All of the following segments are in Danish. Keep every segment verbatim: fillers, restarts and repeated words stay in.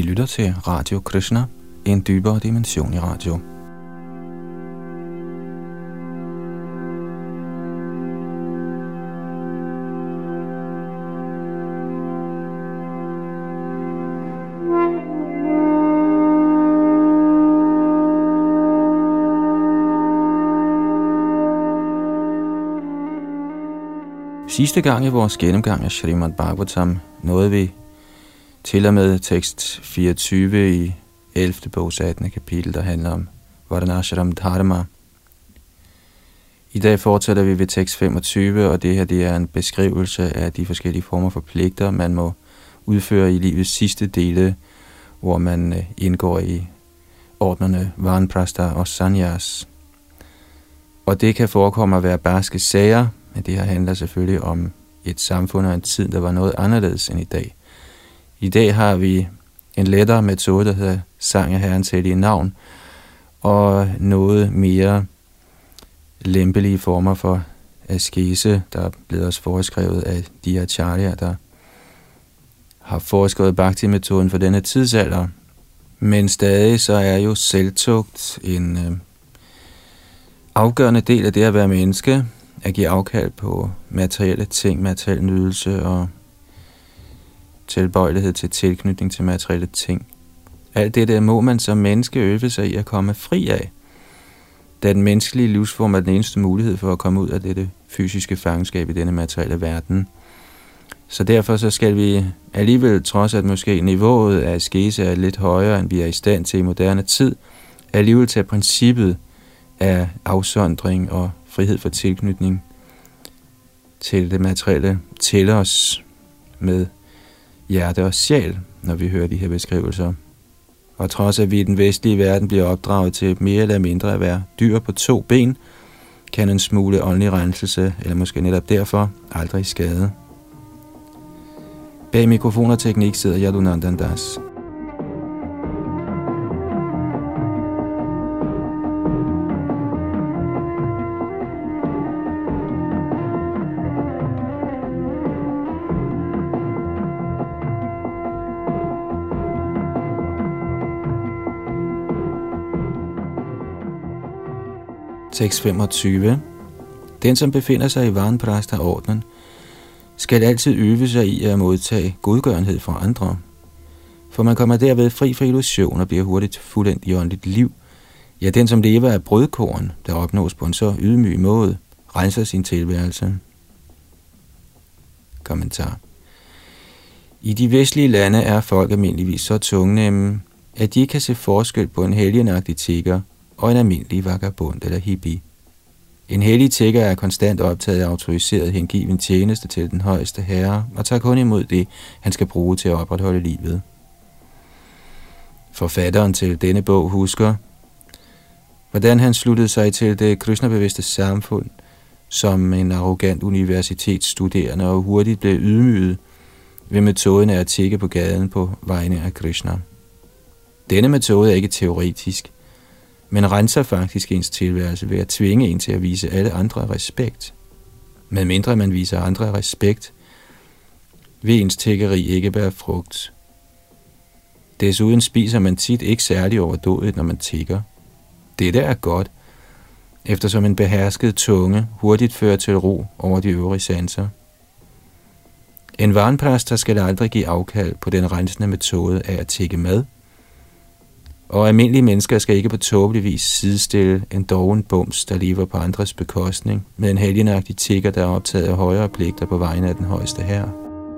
lytter til Radio Krishna, en dybere dimension i radio. Sidste gang i vores gennemgang af Srimad Bhagavatam nåede vi til og med tekst fireogtyve i ellevte bogs attende kapitel, der handler om Varnashram Dharma. I dag fortsætter vi ved tekst femogtyve, og det her det er en beskrivelse af de forskellige former for pligter, man må udføre i livets sidste dele, hvor man indgår i ordnerne Vanprastha og Sannyas. Og det kan forekomme at være barske sager, men det her handler selvfølgelig om et samfund og en tid, der var noget anderledes end i dag. I dag har vi en lettere metode, der hedder sang af Herrens hellige navn, og noget mere lempelige former for askese, der er blevet os foreskrevet af de acharya, der har foreskrevet bhakti-metoden for denne tidsalder. Men stadig så er jo selvtugt en øh, afgørende del af det at være menneske, at give afkald på materielle ting, materiel nydelse og tilbøjelighed til tilknytning til materielle ting. Alt det der må man som menneske øve sig i at komme fri af, da den menneskelige livsform er den eneste mulighed for at komme ud af dette fysiske fangenskab i denne materielle verden. Så derfor så skal vi alligevel, trods at måske niveauet af askese er lidt højere, end vi er i stand til i moderne tid, alligevel tage princippet af afsondring og frihed for tilknytning til det materielle til os med hjerte og sjæl, når vi hører de her beskrivelser. Og trods at vi i den vestlige verden bliver opdraget til mere eller mindre at være dyr på to ben, kan en smule åndelig renselse, eller måske netop derfor, aldrig skade. Bag mikrofon og teknik sidder Yadunandan Das. Tekst femogtyve. Den, som befinder sig i Vanprastha-ordnen, skal altid øve sig i at modtage godgørenhed fra andre. For man kommer derved fri for illusion og bliver hurtigt fuldendt i åndeligt liv. Ja, den, som lever af brødkorn, der opnås på en så ydmyg måde, renser sin tilværelse. Kommentar. I de vestlige lande er folk almindeligvis så tungnemme, at de ikke kan se forskel på en helgenagtig tigger og en almindelig vagabond eller hippie. En hellig tigger er konstant optaget af autoriseret hengiven tjeneste til den højeste herre, og tager kun imod det, han skal bruge til at opretholde livet. Forfatteren til denne bog husker, hvordan han sluttede sig til det Krishna-bevidste samfund som en arrogant universitetsstuderende og hurtigt blev ydmyget ved metoden af at tigge på gaden på vegne af Krishna. Denne metode er ikke teoretisk, men renser faktisk ens tilværelse ved at tvinge en til at vise alle andre respekt. Med mindre man viser andre respekt, vil ens tiggeri ikke bære frugt. Desuden spiser man tit ikke særlig overdådigt, når man tigger. Dette er godt, eftersom en behersket tunge hurtigt fører til ro over de øvrige sanser. En vanprastha skal aldrig give afkald på den rensende metode af at tigge mad, og almindelige mennesker skal ikke på tåbelig vis sidestille en doven bums, der lever på andres bekostning, med en helgenagtig tigger, der er optaget af højere pligter på vegne af den højeste herre.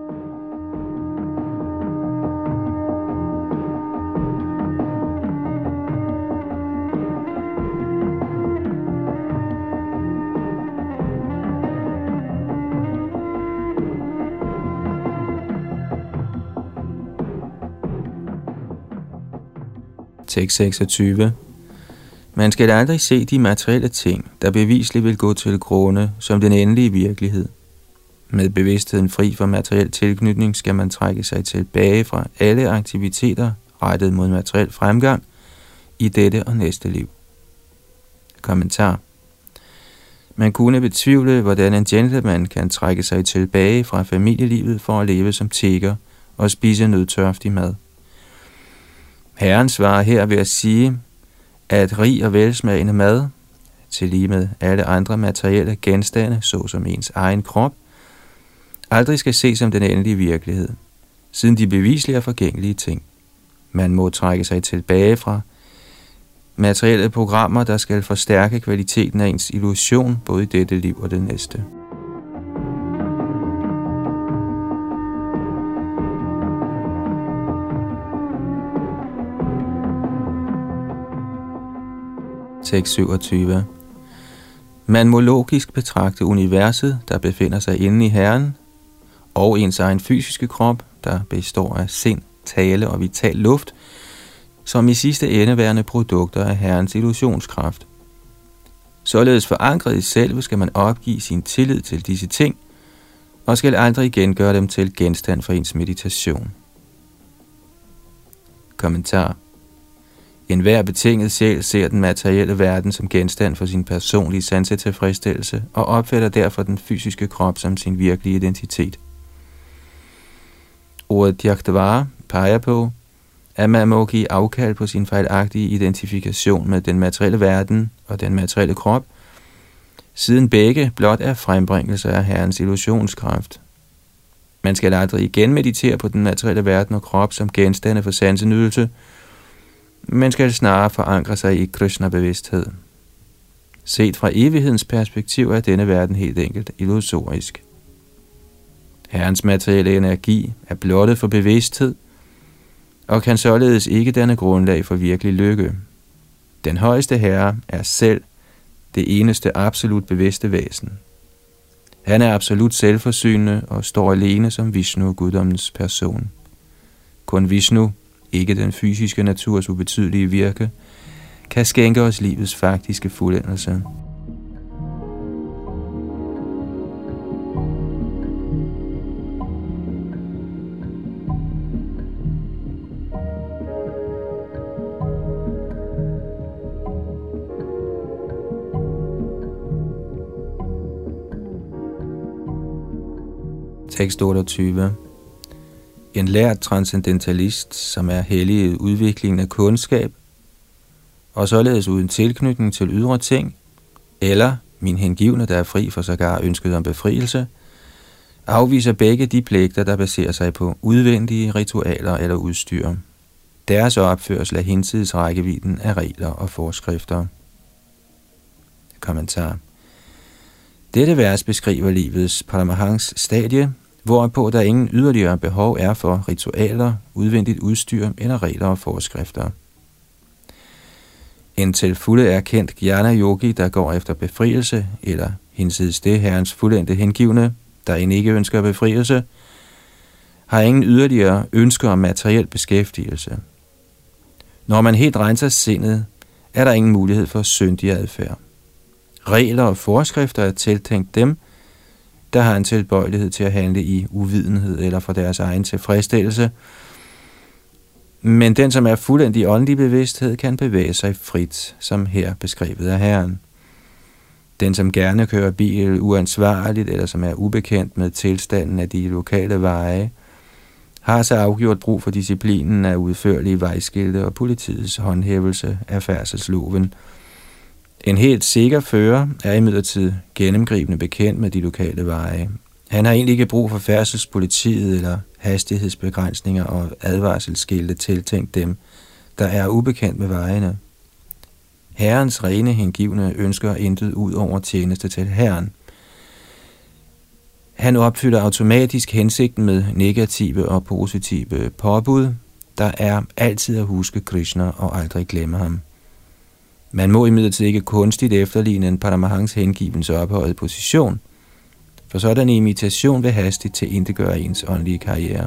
Tekst seksogtyve. Man skal aldrig se de materielle ting, der bevisligt vil gå til grunde som den endelige virkelighed. Med bevidstheden fri for materiel tilknytning skal man trække sig tilbage fra alle aktiviteter rettet mod materiel fremgang i dette og næste liv. Kommentar. Man kunne betvivle, hvordan en gentleman kan trække sig tilbage fra familielivet for at leve som tigger og spise nødtørftig mad. Herren svarer her ved at sige, at rig og velsmagende mad, til lige med alle andre materielle genstande, såsom ens egen krop, aldrig skal ses som den endelige virkelighed, siden de bevislige og forgængelige ting. Man må trække sig tilbage fra materielle programmer, der skal forstærke kvaliteten af ens illusion, både i dette liv og det næste. Tekst syvogtyve. Man må logisk betragte universet, der befinder sig inde i Herren, og ens egen fysiske krop, der består af sind, tale og vital luft, som i sidste ende værende produkter af Herrens illusionskraft. Således forankret i selve skal man opgive sin tillid til disse ting, og skal aldrig igen gøre dem til genstand for ens meditation. Kommentar. En hver betinget sjæl ser den materielle verden som genstand for sin personlige sansetilfredsstillelse og opfatter derfor den fysiske krop som sin virkelige identitet. Ordet Tyaktva peger på, at man må give afkald på sin fejlagtige identifikation med den materielle verden og den materielle krop, siden begge blot er frembringelse af Herrens illusionskraft. Man skal aldrig igen meditere på den materielle verden og krop som genstande for sansenydelse, men skal snarere forankre sig i Krishna-bevidsthed. Set fra evighedens perspektiv er denne verden helt enkelt illusorisk. Herrens materielle energi er blottet for bevidsthed, og kan således ikke danne grundlag for virkelig lykke. Den højeste herre er selv det eneste absolut bevidste væsen. Han er absolut selvforsynende og står alene som Vishnu, guddommens person. Kun Vishnu, ikke den fysiske naturs ubetydelige virke, kan skænke os livets faktiske fuldendelse. Tekst otteogtyve. En lært transcendentalist, som er hellig i udviklingen af kundskab, og således uden tilknytning til ydre ting, eller min hengivne, der er fri for sågar ønsket om befrielse, afviser begge de pligter, der baserer sig på udvendige ritualer eller udstyr. Deres opførsel er hinsides rækkevidden af regler og forskrifter. Kommentar. Dette vers beskriver livets Paramahangs stadie, hvorpå der ingen yderligere behov er for ritualer, udvendigt udstyr eller regler og forskrifter. En til fulde erkendt jnana-yogi, der går efter befrielse, eller hinsides det Herrens fuldendte hengivne, der end ikke ønsker befrielse, har ingen yderligere ønsker om materiel beskæftigelse. Når man helt renser sindet, er der ingen mulighed for syndig adfærd. Regler og forskrifter er tiltænkt dem, der har en tilbøjelighed til at handle i uvidenhed eller for deres egen tilfredsstillelse. Men den, som er fuldendt i åndelig bevidsthed, kan bevæge sig frit, som her beskrevet af Herren. Den, som gerne kører bil uansvarligt eller som er ubekendt med tilstanden af de lokale veje, har så afgjort brug for disciplinen af udførlige vejskilte og politiets håndhævelse af færdselsloven. En helt sikker fører er imidlertid gennemgribende bekendt med de lokale veje. Han har egentlig ikke brug for færdselspolitiet eller hastighedsbegrænsninger og advarselsskilte tiltænkt dem, der er ubekendt med vejene. Herrens rene hengivne ønsker intet ud over tjeneste til Herren. Han opfylder automatisk hensigten med negative og positive påbud, der er altid at huske Krishna og aldrig glemme ham. Man må imidlertid ikke kunstigt efterligne en Paramahangs hengivens ophøjede position, for sådan en imitation vil hastigt til intetgøre ens åndelige karriere.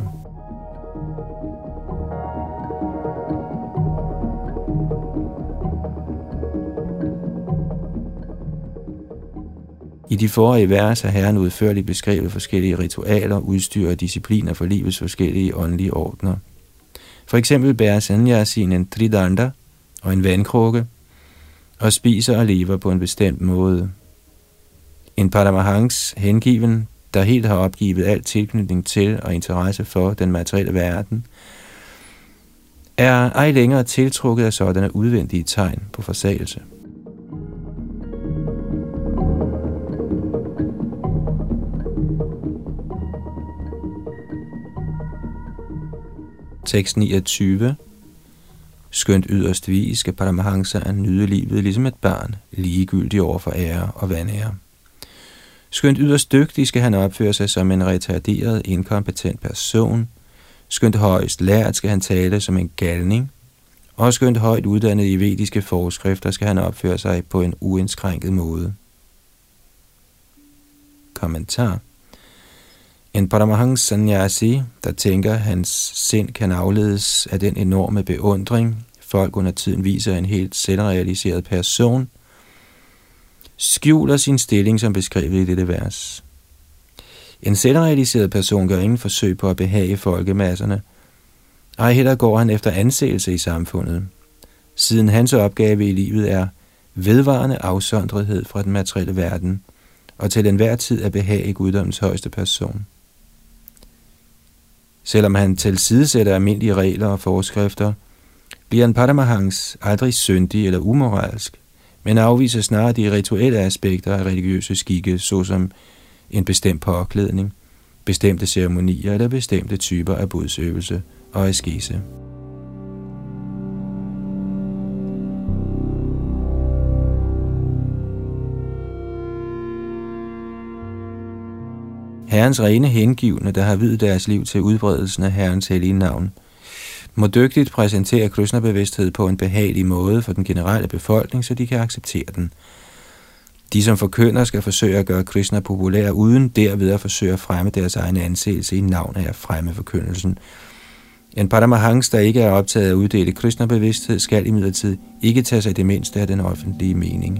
I de forrige vers har Herren udførligt beskrevet forskellige ritualer, udstyr og discipliner for livets forskellige åndelige ordner. For eksempel bærer sannyasin en tridanda og en vandkrukke, og spiser og lever på en bestemt måde. En Paramahangs hengiven, der helt har opgivet al tilknytning til og interesse for den materielle verden, er ej længere tiltrukket af sådanne udvendige tegn på forsagelse. Tekst niogtyve. Skønt yderst vis skal Paramahansa nyde livet ligesom et barn, ligegyldig over for ære og vanære. Skønt yderst dygtig skal han opføre sig som en retarderet, inkompetent person. Skønt højst lært skal han tale som en galning. Og skønt højt uddannet i vediske forskrifter skal han opføre sig på en uindskrænket måde. Kommentar. En Paramahansa Sannyasi, der tænker, at hans sind kan afledes af den enorme beundring, folk under tiden viser en helt selvrealiseret person, skjuler sin stilling som beskrevet i dette vers. En selvrealiseret person gør ingen forsøg på at behage folkemasserne. Ej heller går han efter anseelse i samfundet, siden hans opgave i livet er vedvarende afsondrethed fra den materielle verden, og til enhver tid at behage guddommens højeste person. Selvom han tilsidesætter almindelige regler og forskrifter, bliver en Paramahans aldrig syndig eller umoralsk, men afviser snarere de rituelle aspekter af religiøse skikke, såsom en bestemt påklædning, bestemte ceremonier eller bestemte typer af budsøvelse og askese. Herrens rene hengivne, der har viet deres liv til udbredelsen af Herrens hellige navn, må dygtigt præsentere Krishna-bevidsthed på en behagelig måde for den generelle befolkning, så de kan acceptere den. De, som forkynder, skal forsøge at gøre Krishna populær, uden derved at forsøge at fremme deres egen anseelse i navn af at fremme forkyndelsen. En Paramahans, der ikke er optaget af at uddele Krishna-bevidsthed, skal imidlertid ikke tage sig det mindste af den offentlige mening.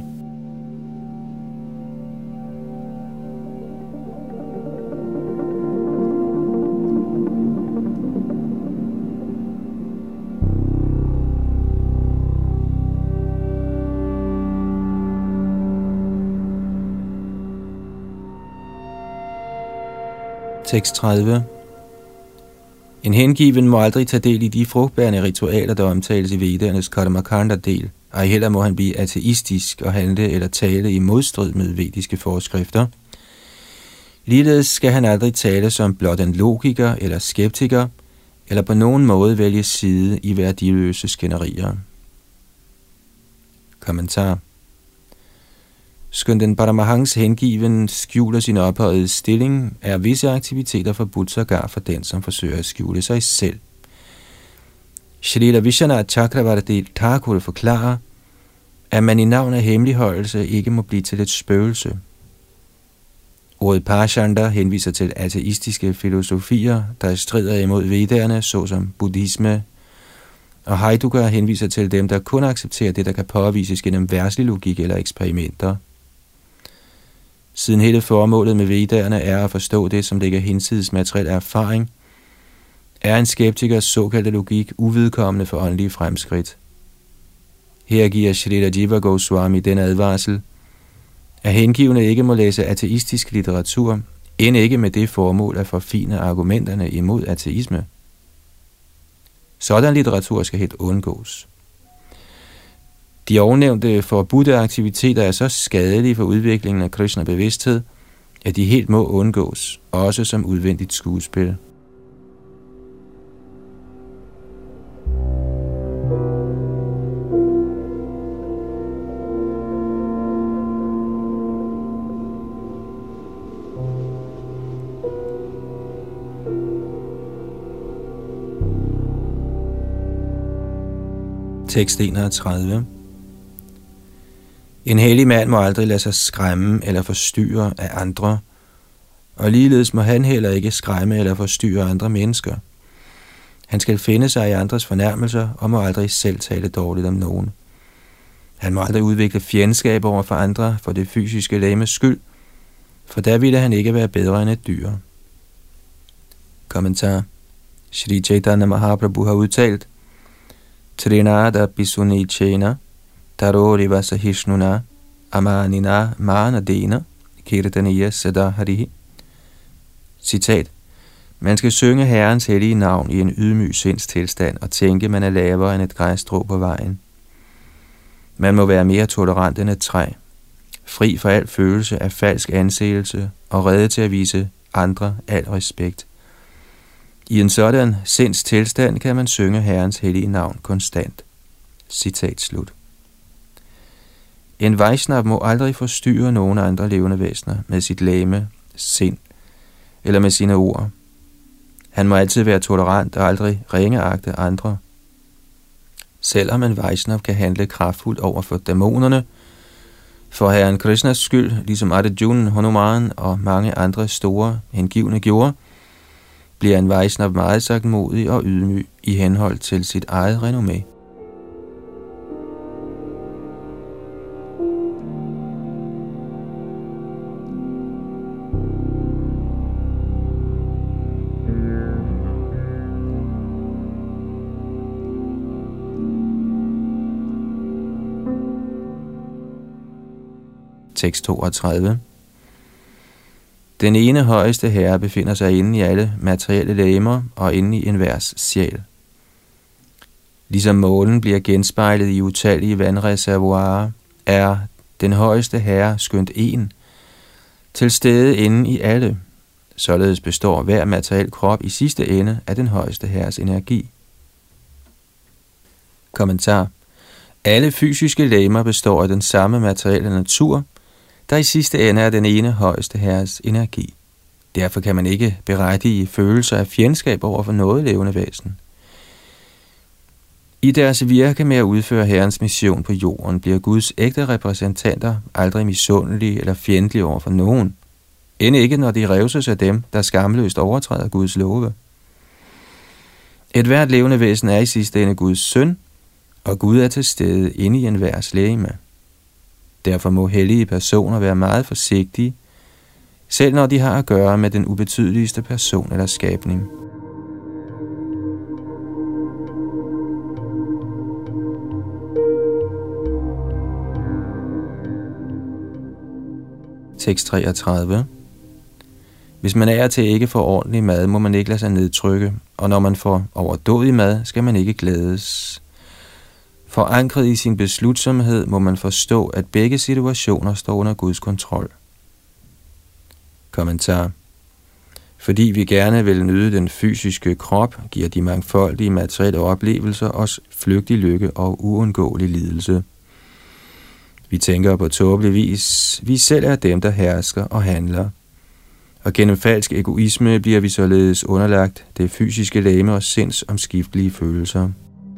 Tekst tredive. En hengiven må aldrig tage del i de frugtbærende ritualer, der omtales i Vedernes Karmakanda-del. Ej heller må han blive ateistisk og handle eller tale i modstrid med vediske forskrifter. Ligeledes skal han aldrig tale som blot en logiker eller skeptiker, eller på nogen måde vælge side i værdiløse skænderier. Kommentar. Skønt den Paramahans hengiven skjuler sin ophøjede stilling, er visse aktiviteter forbudt sågar for den, som forsøger at skjule sig selv. Shrila Vishwanath Chakravarti Thakur forklarer, at man i navn af hemmeligholdelse ikke må blive til et spøgelse. Ordet Pashanda henviser til ateistiske filosofier, der strider imod Vedderne, såsom buddhisme, og Haiduka henviser til dem, der kun accepterer det, der kan påvises gennem verdslig logik eller eksperimenter. Siden hele formålet med Vedderne er at forstå det, som ligger hinsides materiel erfaring, er en skeptikers såkaldte logik uvedkommende for åndelige fremskridt. Her giver Shrila Jiva Goswami den advarsel, at hengivne ikke må læse ateistisk litteratur, end ikke med det formål at forfine argumenterne imod ateisme. Sådan litteratur skal helt undgås. De ovennævnte forbudte aktiviteter er så skadelige for udviklingen af Krishna-bevidsthed, at de helt må undgås, også som udvendigt skuespil. Tekst enogtredive. En hellig mand må aldrig lade sig skræmme eller forstyrre af andre, og ligeledes må han heller ikke skræmme eller forstyrre andre mennesker. Han skal finde sig i andres fornærmelser og må aldrig selv tale dårligt om nogen. Han må aldrig udvikle fjendskab over for andre for det fysiske legemes skyld, for der ville han ikke være bedre end et dyr. Kommentar. Shri Chaitanya Mahaprabhu har udtalt, Trinada Pisunichena, Taroriva Sahishnuna, Amanina Manadena, Kirtaniya Sadaharihi. Citat. Man skal synge Herrens hellige navn i en ydmyg sindstilstand og tænke, man er lavere end et græsstrå på vejen. Man må være mere tolerant end et træ, fri for al følelse af falsk anseelse og rede til at vise andre al respekt. I en sådan sindstilstand kan man synge Herrens hellige navn konstant. Citat slut. En Vaishnav må aldrig forstyrre nogen andre levende væsener med sit legeme, sind eller med sine ord. Han må altid være tolerant og aldrig ringeagte andre. Selvom en Vaishnav kan handle kraftfuldt over for dæmonerne, for Herren Krishnas skyld, ligesom Arjuna, Hanuman og mange andre store hengivne gjorde, bliver en Vaishnav meget sagtmodig og ydmyg i henhold til sit eget renommé. Tekst toogtredive. Den ene højeste herre befinder sig inde i alle materielle legemer og inde i enhvers sjæl. Ligesom månen bliver genspejlet i utallige vandreservoirer, er den højeste herre skønt en til stede inde i alle. Således består hver materiel krop i sidste ende af den højeste herres energi. Kommentar. Alle fysiske legemer består af den samme materielle natur, der i sidste ende er den ene højeste herres energi. Derfor kan man ikke berettige følelser af fjendskab over for noget levende væsen. I deres virke med at udføre Herrens mission på jorden, bliver Guds ægte repræsentanter aldrig misundelige eller fjendtlige over for nogen, end ikke når de revses af dem, der skamløst overtræder Guds love. Et hvert levende væsen er i sidste ende Guds søn, og Gud er til stede inde i enhvers legeme. Derfor må hellige personer være meget forsigtige, selv når de har at gøre med den ubetydeligste person eller skabning. Tekst treogtredive. Hvis man er til ikke får ordentlig mad, må man ikke lade sig nedtrykke, og når man får overdådig mad, skal man ikke glædes. Forankret i sin beslutsomhed må man forstå, at begge situationer står under Guds kontrol. Kommentar. Fordi vi gerne vil nyde den fysiske krop, giver de mangfoldige materielle oplevelser os flygtig lykke og uundgåelig lidelse. Vi tænker på tåbelig vis, vi selv er dem, der hersker og handler. Og gennem falsk egoisme bliver vi således underlagt det fysiske legeme og sinds omskiftelige følelser.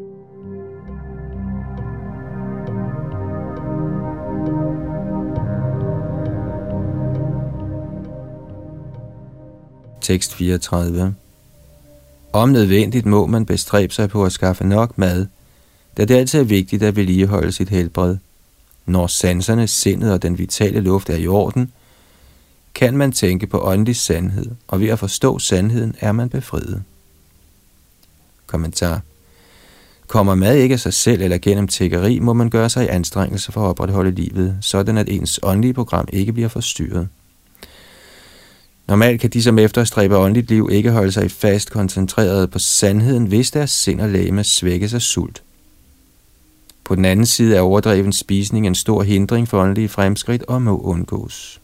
Tekst fireogtredive. Om nødvendigt må man bestræbe sig på at skaffe nok mad, da det altid er vigtigt at vedligeholde sit helbred. Når sanserne, sindet og den vitale luft er i orden, kan man tænke på åndelig sandhed, og ved at forstå sandheden er man befriet. Kommentar. Kommer mad ikke af sig selv eller gennem tiggeri, må man gøre sig i anstrengelse for at opretholde livet, sådan at ens åndelige program ikke bliver forstyrret. Normalt kan de, som efterstræber åndeligt liv, ikke holde sig fast koncentreret på sandheden, hvis deres sind og legeme svækkes af sult. På den anden side er overdreven spisning en stor hindring for åndelige fremskridt og må undgås.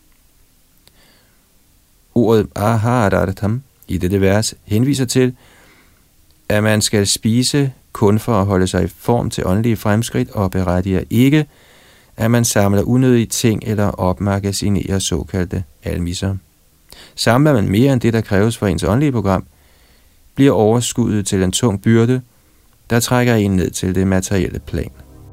Ordet aharatam i dette vers henviser til, at man skal spise kun for at holde sig i form til åndelige fremskridt og berettiger ikke, at man samler unødige ting eller opmagasinerer såkaldte almisser. Samler man mere end det, der kræves for ens åndelige program, bliver overskuddet til en tung byrde, der trækker en ned til det materielle plan.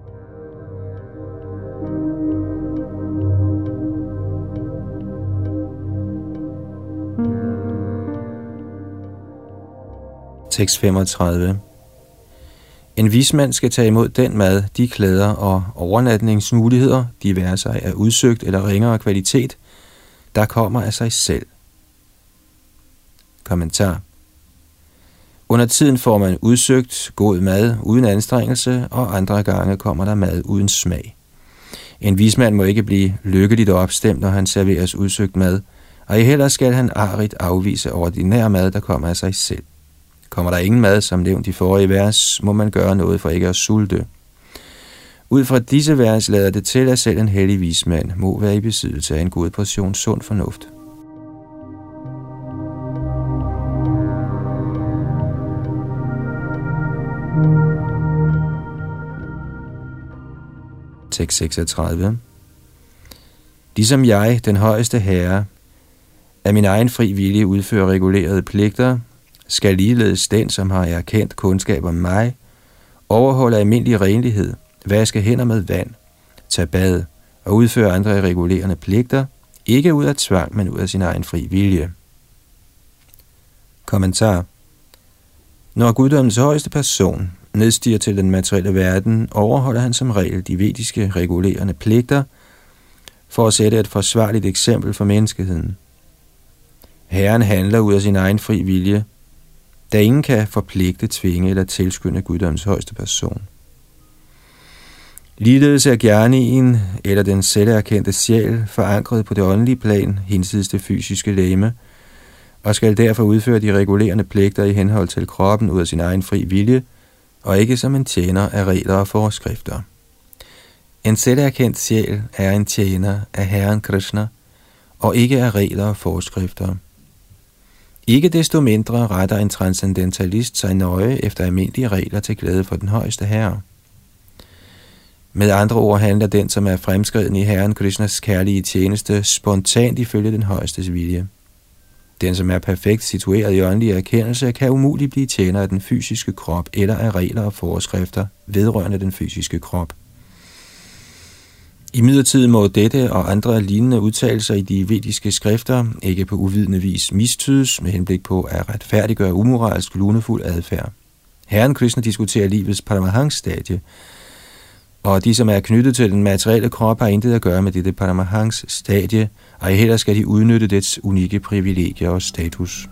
Tekst femogtredive. En vismand skal tage imod den mad, de klæder og overnatningsmuligheder, de være sig af udsøgt eller ringere kvalitet, der kommer af sig selv. Kommentar. Under tiden får man udsøgt god mad uden anstrengelse, og andre gange kommer der mad uden smag. En vismand må ikke blive lykkeligt opstemt, når han serveres udsøgt mad, og heller skal han arigt afvise ordinær mad, der kommer af sig selv. Kommer der ingen mad, som nævnt i forrige vers, må man gøre noget for ikke at sulte. Ud fra disse vers lader det til, at selv en hellig vismand må være i besiddelse af en god portion sund fornuft. Tekst seksogtredive. Ligesom jeg, den højeste herre, af min egen fri vilje udfører regulerede pligter, skal ligeledes den, som har erkendt kundskab om mig, overholde almindelig renlighed, vaske hænder med vand, tage bad og udføre andre regulerende pligter, ikke ud af tvang, men ud af sin egen fri vilje. Kommentar. Når guddommens højeste person nedstiger til den materielle verden, overholder han som regel de vediske regulerende pligter, for at sætte et forsvarligt eksempel for menneskeheden. Herren handler ud af sin egen fri vilje, da ingen kan forpligte, tvinge eller tilskynde guddommens højeste person. Ligeledes er gjerningen eller den selverkendte sjæl forankret på det åndelige plan, hinsides det fysiske legeme, og skal derfor udføre de regulerende pligter i henhold til kroppen ud af sin egen fri vilje, og ikke som en tjener af regler og forskrifter. En selverkendt sjæl er en tjener af Herren Krishna, og ikke af regler og forskrifter. Ikke desto mindre retter en transcendentalist sig nøje efter almindelige regler til glæde for den højeste herre. Med andre ord handler den, som er fremskreden i Herren Krishnas kærlige tjeneste, spontant ifølge den højestes vilje. Den, som er perfekt situeret i åndelig erkendelse, kan umuligt blive tjener af den fysiske krop eller af regler og forskrifter vedrørende den fysiske krop. Imidlertid må dette og andre lignende udtalelser i de vediske skrifter ikke på uvidende vis mistydes med henblik på at retfærdiggøre umoralsk lunefuld adfærd. Herren Krishna diskuterer livets Paramahansa-stadie, og de, som er knyttet til den materielle krop, har intet at gøre med dette Paramahansa-stadie, og heller skal de udnytte dets unikke privilegier og status.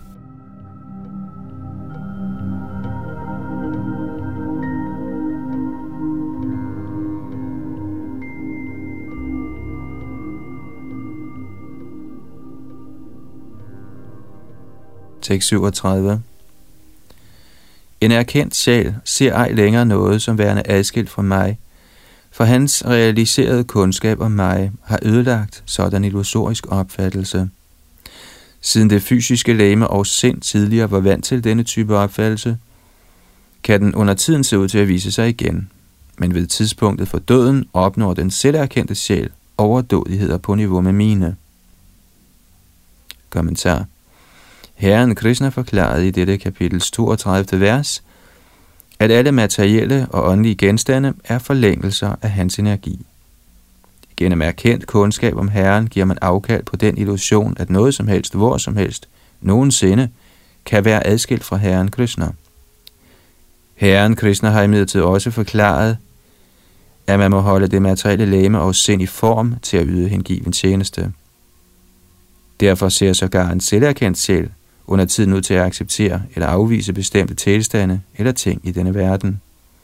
Tekst syvogtredive. En erkendt sjæl ser ej længere noget som værende adskilt fra mig, for hans realiserede kundskab om mig har ødelagt sådan illusorisk opfattelse. Siden det fysiske legeme og sind tidligere var vant til denne type opfattelse, kan den under tiden se ud til at vise sig igen, men ved tidspunktet for døden opnår den selverkendte sjæl overdådigheder på niveau med mine. Kommentar. Herren Krishna forklarede i dette kapitels toogtredivte vers, at alle materielle og åndelige genstande er forlængelser af hans energi. Gennem erkendt kundskab om Herren giver man afkald på den illusion, at noget som helst, hvor som helst, nogensinde, kan være adskilt fra Herren Krishna. Herren Krishna har imidlertid også forklaret, at man må holde det materielle legeme og sind i form til at yde hengiven tjeneste. Derfor ser sågar en selverkendt sjæl under tiden ud til at acceptere eller afvise bestemte tilstande eller ting i denne verden.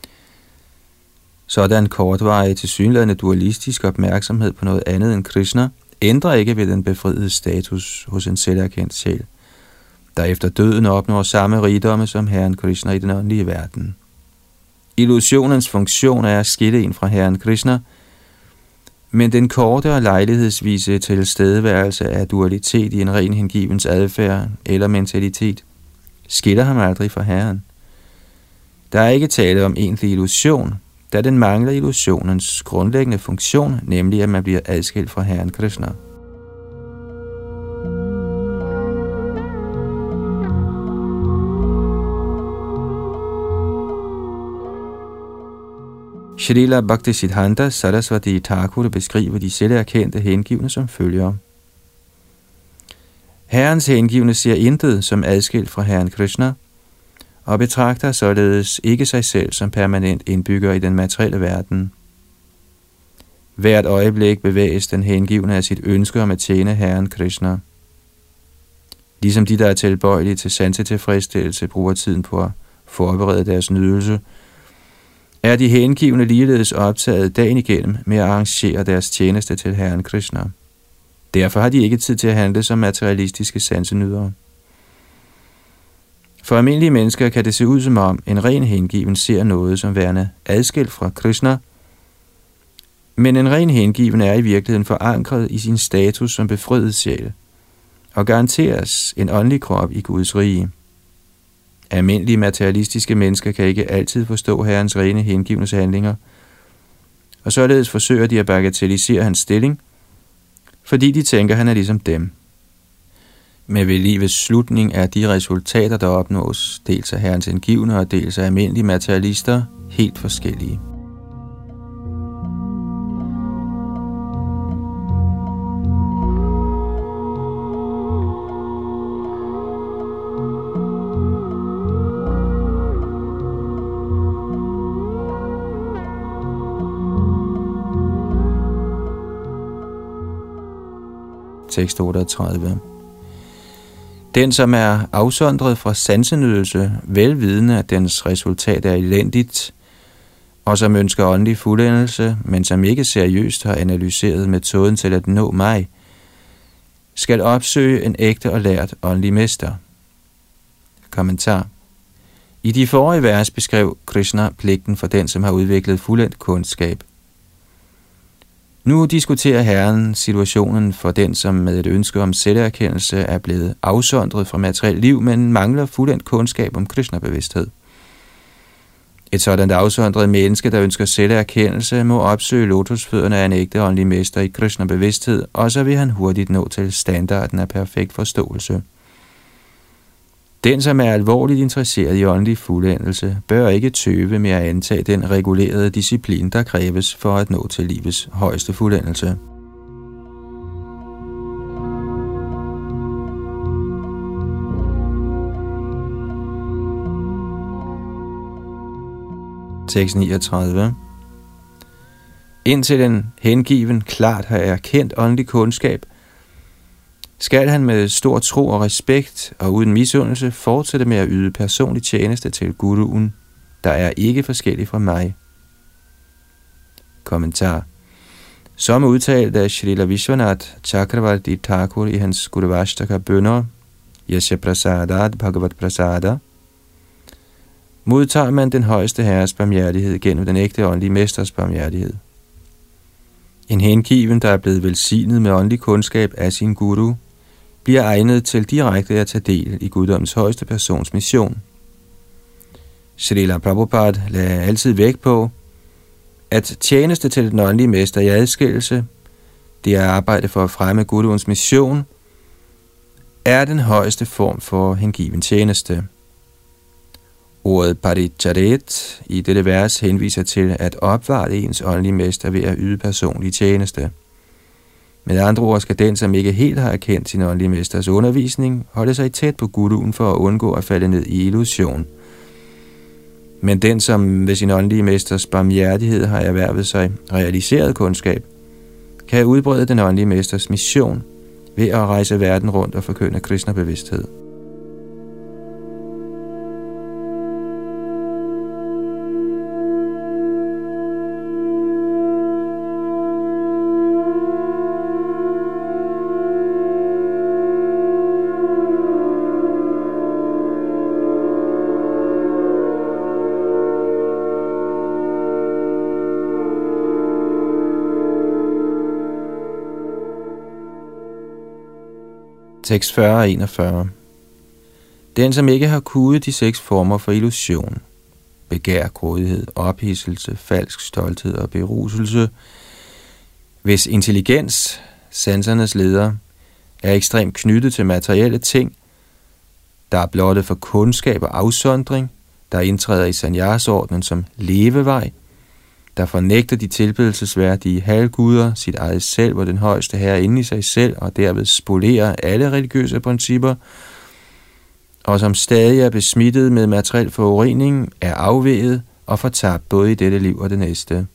Sådan kortvarig tilsyneladende dualistisk opmærksomhed på noget andet end Krishna ændrer ikke ved den befriede status hos en selverkendt sjæl, der efter døden opnår samme rigdomme som Herren Krishna i den åndelige verden. Illusionens funktion er at skille en fra Herren Krishna, men den korte og lejlighedsvise tilstedeværelse af dualitet i en ren hengivens adfærd eller mentalitet skiller ham aldrig fra Herren. Der er ikke tale om egentlig illusion, da den mangler illusionens grundlæggende funktion, nemlig at man bliver adskilt fra Herren Krishna. Shrila Bhaktisiddhanta Saraswati Thakur beskriver de selverkendte hengivne som følger. Herrens hengivne ser intet som adskilt fra Herren Krishna, og betragter således ikke sig selv som permanent indbygger i den materielle verden. Hvert øjeblik bevæges den hengivne af sit ønske om at tjene Herren Krishna. Ligesom de, der er tilbøjelige til sansetilfredsstillelse, bruger tiden på at forberede deres nydelse, er de hengivne ligeledes optaget dagen igennem med at arrangere deres tjeneste til Herren Krishna. Derfor har de ikke tid til at handle som materialistiske sansenydere. For almindelige mennesker kan det se ud som om en ren hengiven ser noget som værende adskilt fra Krishna, men en ren hengiven er i virkeligheden forankret i sin status som befriet sjæl og garanteres en åndelig krop i Guds rige. Almindelige materialistiske mennesker kan ikke altid forstå Herrens rene hengivnes handlinger, og således forsøger de at bagatellisere hans stilling, fordi de tænker, han er ligesom dem. Men ved livets slutning er de resultater, der opnås, dels af Herrens hengivne og dels af almindelige materialister, helt forskellige. Tekst otteogtredive. Den, som er afsondret fra sansenydelse, velvidende at dens resultat er elendigt, og som ønsker åndelig fuldendelse, men som ikke seriøst har analyseret metoden til at nå mig, skal opsøge en ægte og lært åndelig mester. Kommentar. I de forrige vers beskrev Krishna pligten for den, som har udviklet fuldendt kundskab. Nu diskuterer Herren situationen for den, som med et ønske om selverkendelse er blevet afsondret fra materielt liv, men mangler fuldendt kundskab om Krishna-bevidsthed. Et sådan afsondret menneske, der ønsker selverkendelse, må opsøge lotusfødderne af en ægte åndelig mester i Krishna-bevidsthed, og så vil han hurtigt nå til standarden af perfekt forståelse. Den, som er alvorligt interesseret i åndelig fuldendelse, bør ikke tøve med at antage den regulerede disciplin, der kræves for at nå til livets højeste fuldendelse. Tekst niogtredive. Indtil den hengiven klart har erkendt åndelig kundskab, skal han med stor tro og respekt og uden misundelse fortsætte med at yde personlig tjeneste til guruen, der er ikke forskellig fra mig. Kommentar. Som udtalt af Srila Vishwanath Chakravarti Thakur i hans Guruvashtaka bønner, Yasya Prasadat Bhagavat Prasada, modtager man den højeste herres barmhjertighed gennem den ægte åndelige mesters barmhjertighed. En hengiven, der er blevet velsignet med åndelig kundskab af sin guru, bliver egnet til direkte at tage del i guddommens højeste persons mission. Srila Prabhupada lagde altid vægt på, at tjeneste til den åndelige mester i adskillelse, det er arbejde for at fremme guruens mission, er den højeste form for hengiven tjeneste. Ordet paricharet i dette vers henviser til at opvarte ens åndelige mester ved at yde personlig tjeneste. Med andre ord skal den, som ikke helt har erkendt sin åndelige mesters undervisning, holde sig tæt på guruen for at undgå at falde ned i illusion. Men den, som ved sin åndelige mesters barmhjertighed har erhvervet sig realiseret kundskab, kan udbrede den åndelige mesters mission ved at rejse verden rundt og forkynde Krishna-bevidsthed. Tekst fyrre og enogfyrre. Den, som ikke har kudet de seks former for illusion, begær, grådighed, ophidselse, falsk stolthed og beruselse, hvis intelligens, sansernes leder, er ekstremt knyttet til materielle ting, der er blottet for kundskab og afsondring, der indtræder i sanyasordenen som levevej, der fornægter de tilbedelsesværdige halvguder, sit eget selv og den højeste herre inde i sig selv, og derved spolerer alle religiøse principper, og som stadig er besmittet med materiel forurening, er afvæget og fortabt både i dette liv og det næste.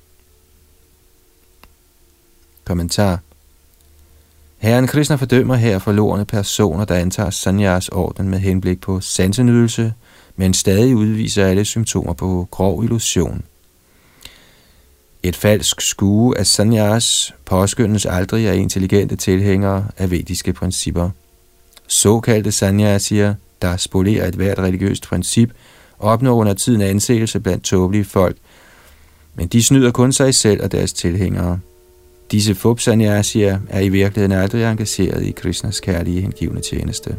Kommentar. Herren Krishna fordømmer her forlorne personer, der antager sanyas-orden med henblik på sansenydelse, men stadig udviser alle symptomer på grov illusion. Et falsk skue af sannyas påskyndes aldrig af intelligente tilhængere af vediske principper. Såkaldte sanyasier, der spolerer et hvert religiøst princip, opnår under tiden anseelse blandt tåbelige folk, men de snyder kun sig selv og deres tilhængere. Disse fup-sanyasier er i virkeligheden aldrig engageret i Krishnas kærlige hengivne tjeneste.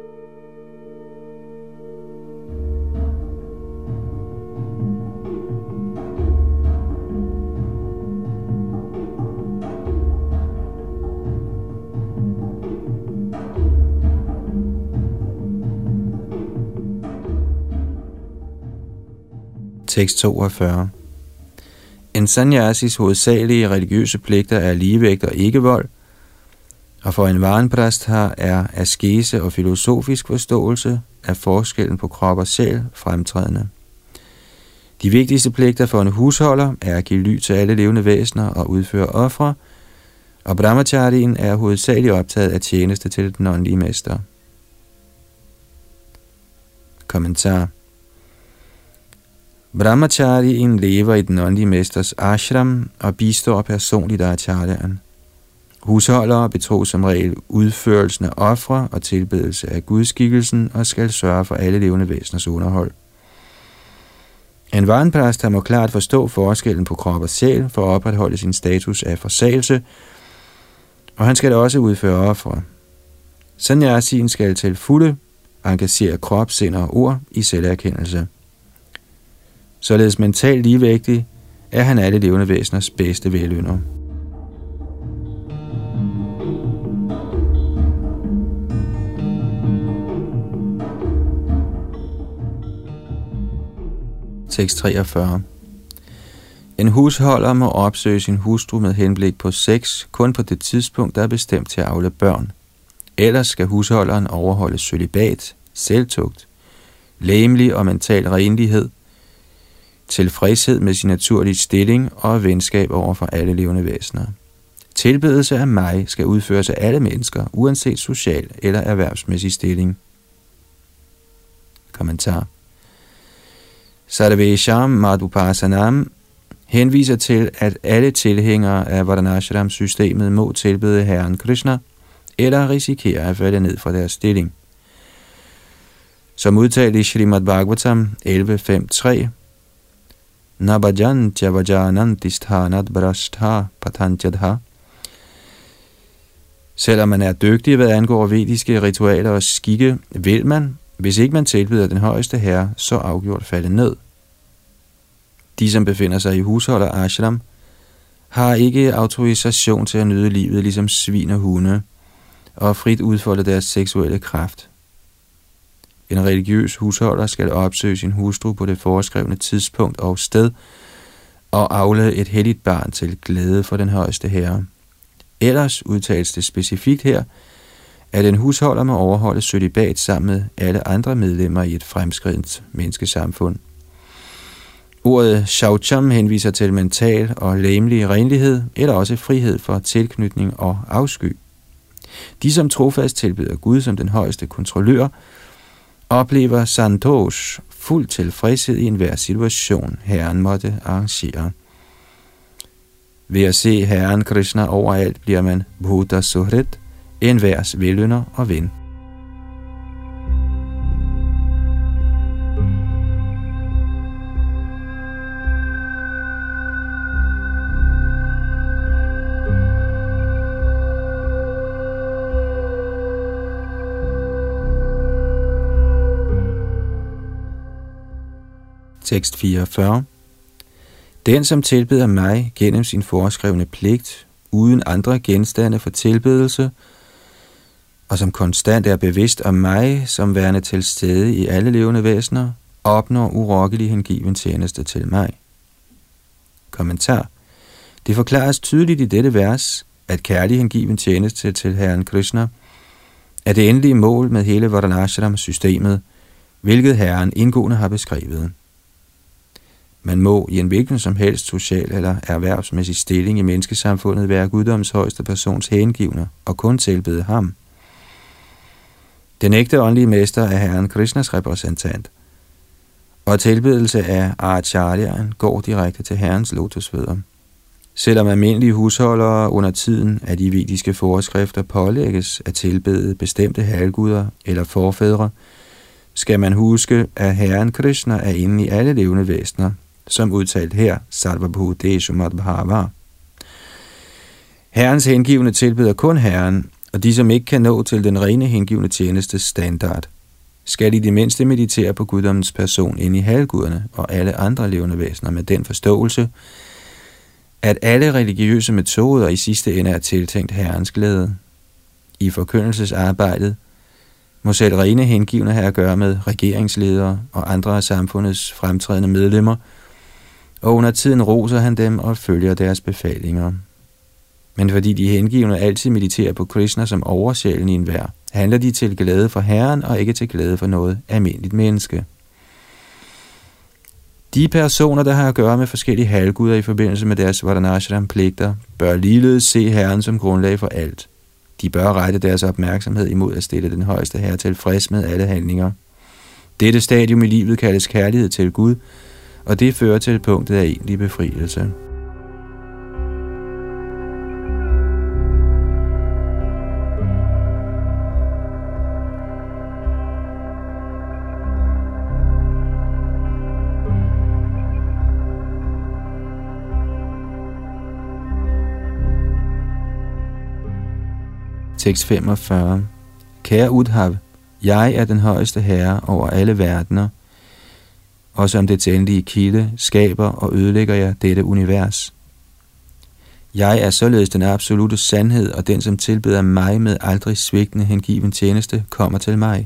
Tekst toogfyrre. En sannyasis hovedsagelige religiøse pligter er ligevægt og ikke vold, og for en varenprastha er askese og filosofisk forståelse af forskellen på krop og sjæl fremtrædende. De vigtigste pligter for en husholder er at give ly til alle levende væsener og udføre ofre, og brahmacharyen er hovedsageligt optaget af tjeneste til den åndelige mester. Kommentar. Brahmacharyen lever i den åndelige mesters ashram og bistår personligt acharyaen. Husholdere betror som regel udførelsen af ofre og tilbedelse af gudskikkelsen og skal sørge for alle levende væseners underhold. En varenprastha må klart forstå forskellen på krop og sjæl for at opretholde sin status af forsagelse, og han skal også udføre ofre. Sanyasien skal til fulde engagere krop, sind og ord i selverkendelse. Således mentalt ligevægtig er han alle levende væseners bedste velynder. Tekst treogfyrre. En husholder må opsøge sin hustru med henblik på sex kun på det tidspunkt, der er bestemt til at avle børn. Ellers skal husholderen overholde cølibat, selvtugt, legemlig og mental renlighed, tilfredshed med sin naturlige stilling og venskab over for alle levende væsener. Tilbedelse af mig skal udføres af alle mennesker, uanset social eller erhvervsmæssig stilling. Kommentar. Sarvesham Madhupasanam henviser til, at alle tilhængere af Varnashram-systemet må tilbede Herren Krishna, eller risikere at falde ned fra deres stilling. Som udtalt i Srimad Bhagavatam elleve fem tre, Nabhajan Tjavajanantisthanat Brashtha Patantjadha. Selvom man er dygtig, hvad angår vediske ritualer og skikke, vil man, hvis ikke man tilbeder den højeste herre, så afgjort falde ned. De, som befinder sig i husholder ashram, har ikke autorisation til at nyde livet ligesom svin og hunde, og frit udfolde deres seksuelle kraft. En religiøs husholder skal opsøge sin hustru på det foreskrevne tidspunkt og sted, og avle et helligt barn til glæde for den højeste herre. Ellers udtales det specifikt her, at en husholder må overholde cølibat sammen med alle andre medlemmer i et fremskrident menneskesamfund. Ordet shaucham henviser til mental og legemlig renlighed, eller også frihed for tilknytning og afsky. De, som trofast tilbeder Gud som den højeste kontrollør, oplever santosh, fuld tilfredshed i enhver situation, Herren måtte arrangere. Ved at se Herren Krishna overalt bliver man Bhuta Suhrit, enhvers velynder og ven. Tekst fireogfyrre. Den, som tilbeder mig gennem sin foreskrevne pligt, uden andre genstande for tilbedelse, og som konstant er bevidst om mig, som værende til stede i alle levende væsener, opnår urokkelig hengiven tjeneste til mig. Kommentar. Det forklares tydeligt i dette vers, at kærlig hengiven tjeneste til Herren Krishna er det endelige mål med hele Varnashram-systemet, hvilket Herren indgående har beskrevet. Man må i en hvilken som helst social eller erhvervsmæssig stilling i menneskesamfundet være guddoms højeste persons hengivner og kun tilbede ham. Den ægte åndelige mester er Herren Krishnas repræsentant, og tilbedelse af acharyaen går direkte til Herrens lotusfødder. Selvom almindelige husholdere under tiden af de vediske forskrifter pålægges at tilbede bestemte halvguder eller forfædre, skal man huske, at Herren Krishna er inde i alle levende væsener, som udtalt her, Sarvabhuteshu Madhava. Herrens hengivne tilbeder kun Herren, og de, som ikke kan nå til den rene hengivne tjeneste standard, skal i det mindste meditere på guddommens person inde i halvguderne og alle andre levende væsener med den forståelse, at alle religiøse metoder i sidste ende er tiltænkt Herrens glæde. I forkyndelsesarbejdet må selv rene hengivne have at gøre med regeringsledere og andre af samfundets fremtrædende medlemmer, og under tiden roser han dem og følger deres befalinger. Men fordi de hengivne altid mediterer på Krishna som oversjælen i enhver, handler de til glæde for Herren og ikke til glæde for noget almindeligt menneske. De personer, der har at gøre med forskellige halvguder i forbindelse med deres Vardanashram-pligter, bør ligeledes se Herren som grundlag for alt. De bør rette deres opmærksomhed imod at stille den højeste herre tilfreds med alle handlinger. Dette stadium i livet kaldes kærlighed til Gud, og det fører til punktet af egentlig befrielse. Tekst femogfyrre. Kære Udhav, jeg er den højeste herre over alle verdener, og som det endelige kilde skaber og ødelægger jeg dette univers. Jeg er således den absolute sandhed, og den, som tilbeder mig med aldrig svigtende hengiven tjeneste, kommer til mig.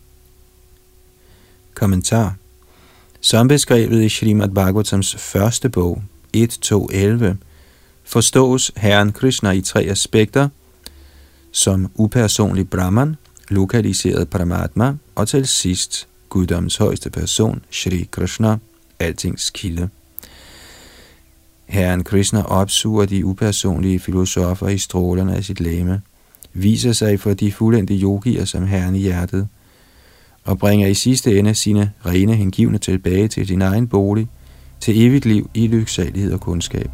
Kommentar. Som beskrevet i Srimad Bhagavatams første bog, et to elleve, forstås Herren Krishna i tre aspekter, som upersonlig Brahman, lokaliseret Paramatma, og til sidst guddommens højeste person, Shri Krishna, altings kilde. Herren Krishna opsuger de upersonlige filosofer i strålerne af sit legeme, viser sig for de fuldendte yogier som Herren i hjertet, og bringer i sidste ende sine rene hengivne tilbage til sin egen bolig, til evigt liv i lyksalighed og kundskab.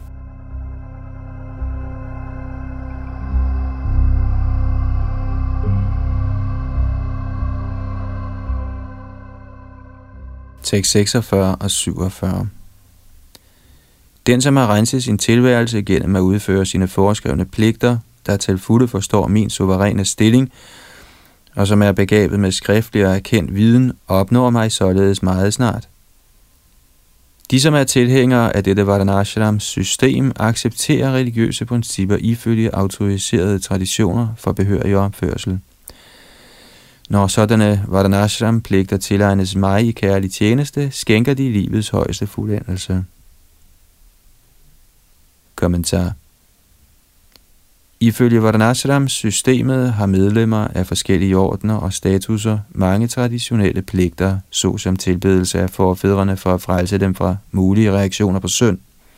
Tekst seksogfyrre og syvogfyrre. Den, som har renset sin tilværelse gennem at udføre sine foreskrevne pligter, der til fulde forstår min suveræne stilling, og som er begabet med skriftlig og erkendt viden, opnår mig således meget snart. De, som er tilhængere af dette Vardanashrams system, accepterer religiøse principper ifølge autoriserede traditioner for behørig opførsel. Når sådanne Vardanashram-pligter tilegnes mig i kærlig tjeneste, skænker de livets højeste fuldendelse. Kommentar. Ifølge Vardanashram-systemet har medlemmer af forskellige ordener og statuser mange traditionelle pligter, såsom tilbedelse af forfædrene for at frelse dem fra mulige reaktioner på synd.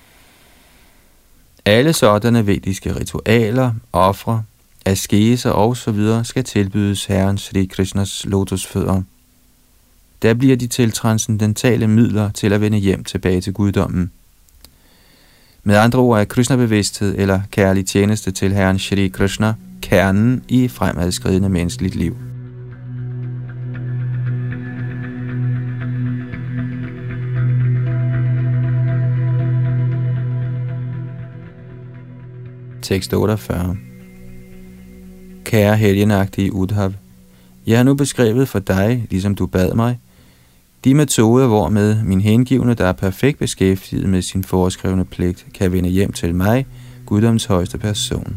Alle sådanne vediske ritualer, ofre, askeser og så videre skal tilbydes Herren Shri Krishnas lotusfødder. Der bliver de til transcendentale midler til at vende hjem tilbage til guddommen. Med andre ord er Krishna-bevidsthed eller kærlig tjeneste til Herren Shri Krishna kernen i fremadskridende menneskeligt liv. Tekst otteogfyrre. Kære helgenagtige Udhav, jeg har nu beskrevet for dig, ligesom du bad mig, de metoder, hvormed min hengivne, der er perfekt beskæftiget med sin foreskrevne pligt, kan vende hjem til mig, guddoms højeste person.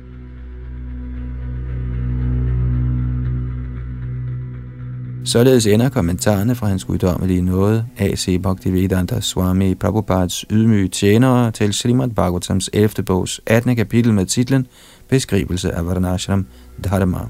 Således ender kommentarerne fra hans guddommelige nåde, A C Bhaktivedanta Swami Prabhupads ydmyge tjenere til Srimad Bhagavatams ellevte bogs attende kapitel med titlen Beskrivelse af Vardanashram Dharma.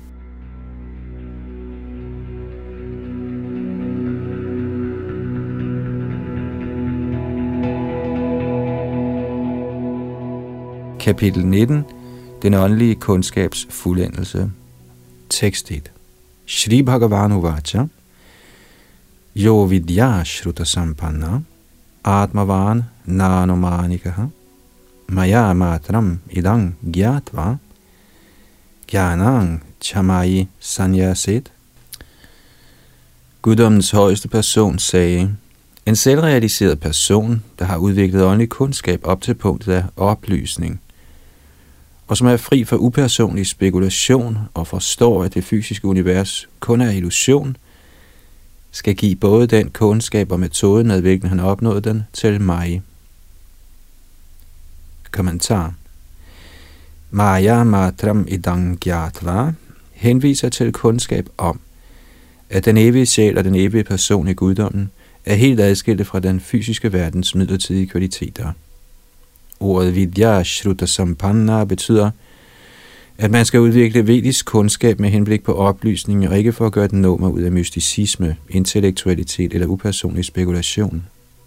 Kapitel nitten. Den åndelige kundskabs fuldendelse. Tekst et. Shri Bhagavan Uvacha Yo vidya shruta sampanna Atmavan nanumanikaha maya matram idang gyatva, gyanang chamai sanyasit. Guddommens højeste person sagde: en selvrealiseret person, der har udviklet åndelig kundskab op til punktet af oplysning, og som er fri for upersonlig spekulation og forstår, at det fysiske univers kun er illusion, skal give både den kundskab og metoden, med hvilken han opnåede den, til mig. Kommentar. Maya matram idang gyatva henviser til kundskab om, at den evige sjæl og den evige person i guddommen er helt adskilte fra den fysiske verdens midlertidige kvaliteter. Ordet vidya shruta sampanna betyder, at man skal udvikle vedisk kundskab med henblik på oplysning, og ikke for at gøre et nummer ud af mysticisme, intellektualitet eller upersonlig spekulation.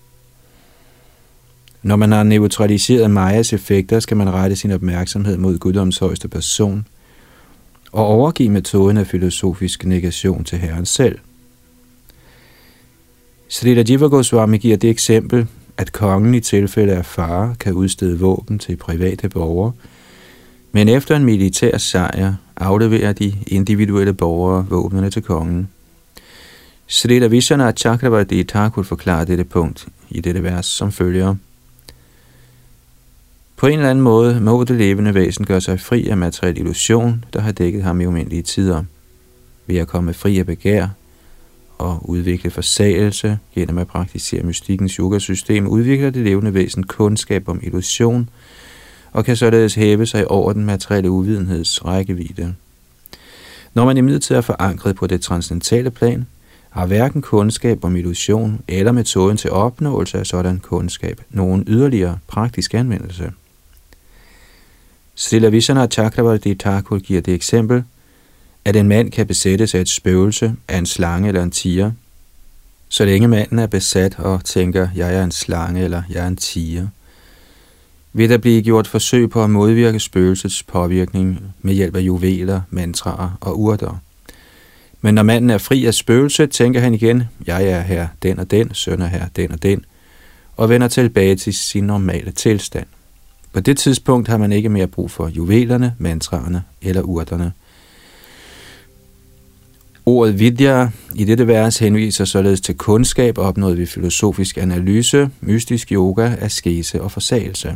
Når man har neutraliseret Mayas effekter, skal man rette sin opmærksomhed mod guddommens højeste person og overgive metoden af filosofisk negation til Herren selv. Srila Jiva Goswami giver det eksempel, at kongen i tilfælde af fare kan udstede våben til private borgere, men efter en militær sejr afleverer de individuelle borgere våbnene til kongen. Srila Vishwanath Chakravarti Thakur forklarer dette punkt i dette vers som følger: på en eller anden måde må det levende væsen gøre sig fri af materiel illusion, der har dækket ham i umindelige tider. Ved at komme fri af begær og udvikle forsagelse gennem at praktisere mystikkens yogasystem, udvikler det levende væsen kundskab om illusion og kan således hæve sig over den materielle uvidenheds rækkevidde. Når man imidlertid er forankret på det transcendentale plan, har hverken kundskab om illusion eller metoden til opnåelse af sådan kundskab nogen yderligere praktisk anvendelse. Srila Vishwanath Chakravarti Thakur giver det eksempel, at en mand kan besættes af et spøgelse, af en slange eller en tiger. Så længe manden er besat og tænker, jeg er en slange eller jeg er en tiger, vil der blive gjort forsøg på at modvirke spøgelsets påvirkning med hjælp af juveler, mantraer og urter. Men når manden er fri af spøgelset, tænker han igen, jeg er her den og den, søn er her den og den, og vender tilbage til sin normale tilstand. På det tidspunkt har man ikke mere brug for juvelerne, mantraerne eller urterne. Ordet vidya i dette vers henviser således til kundskab opnået ved filosofisk analyse, mystisk yoga, askese og forsagelse.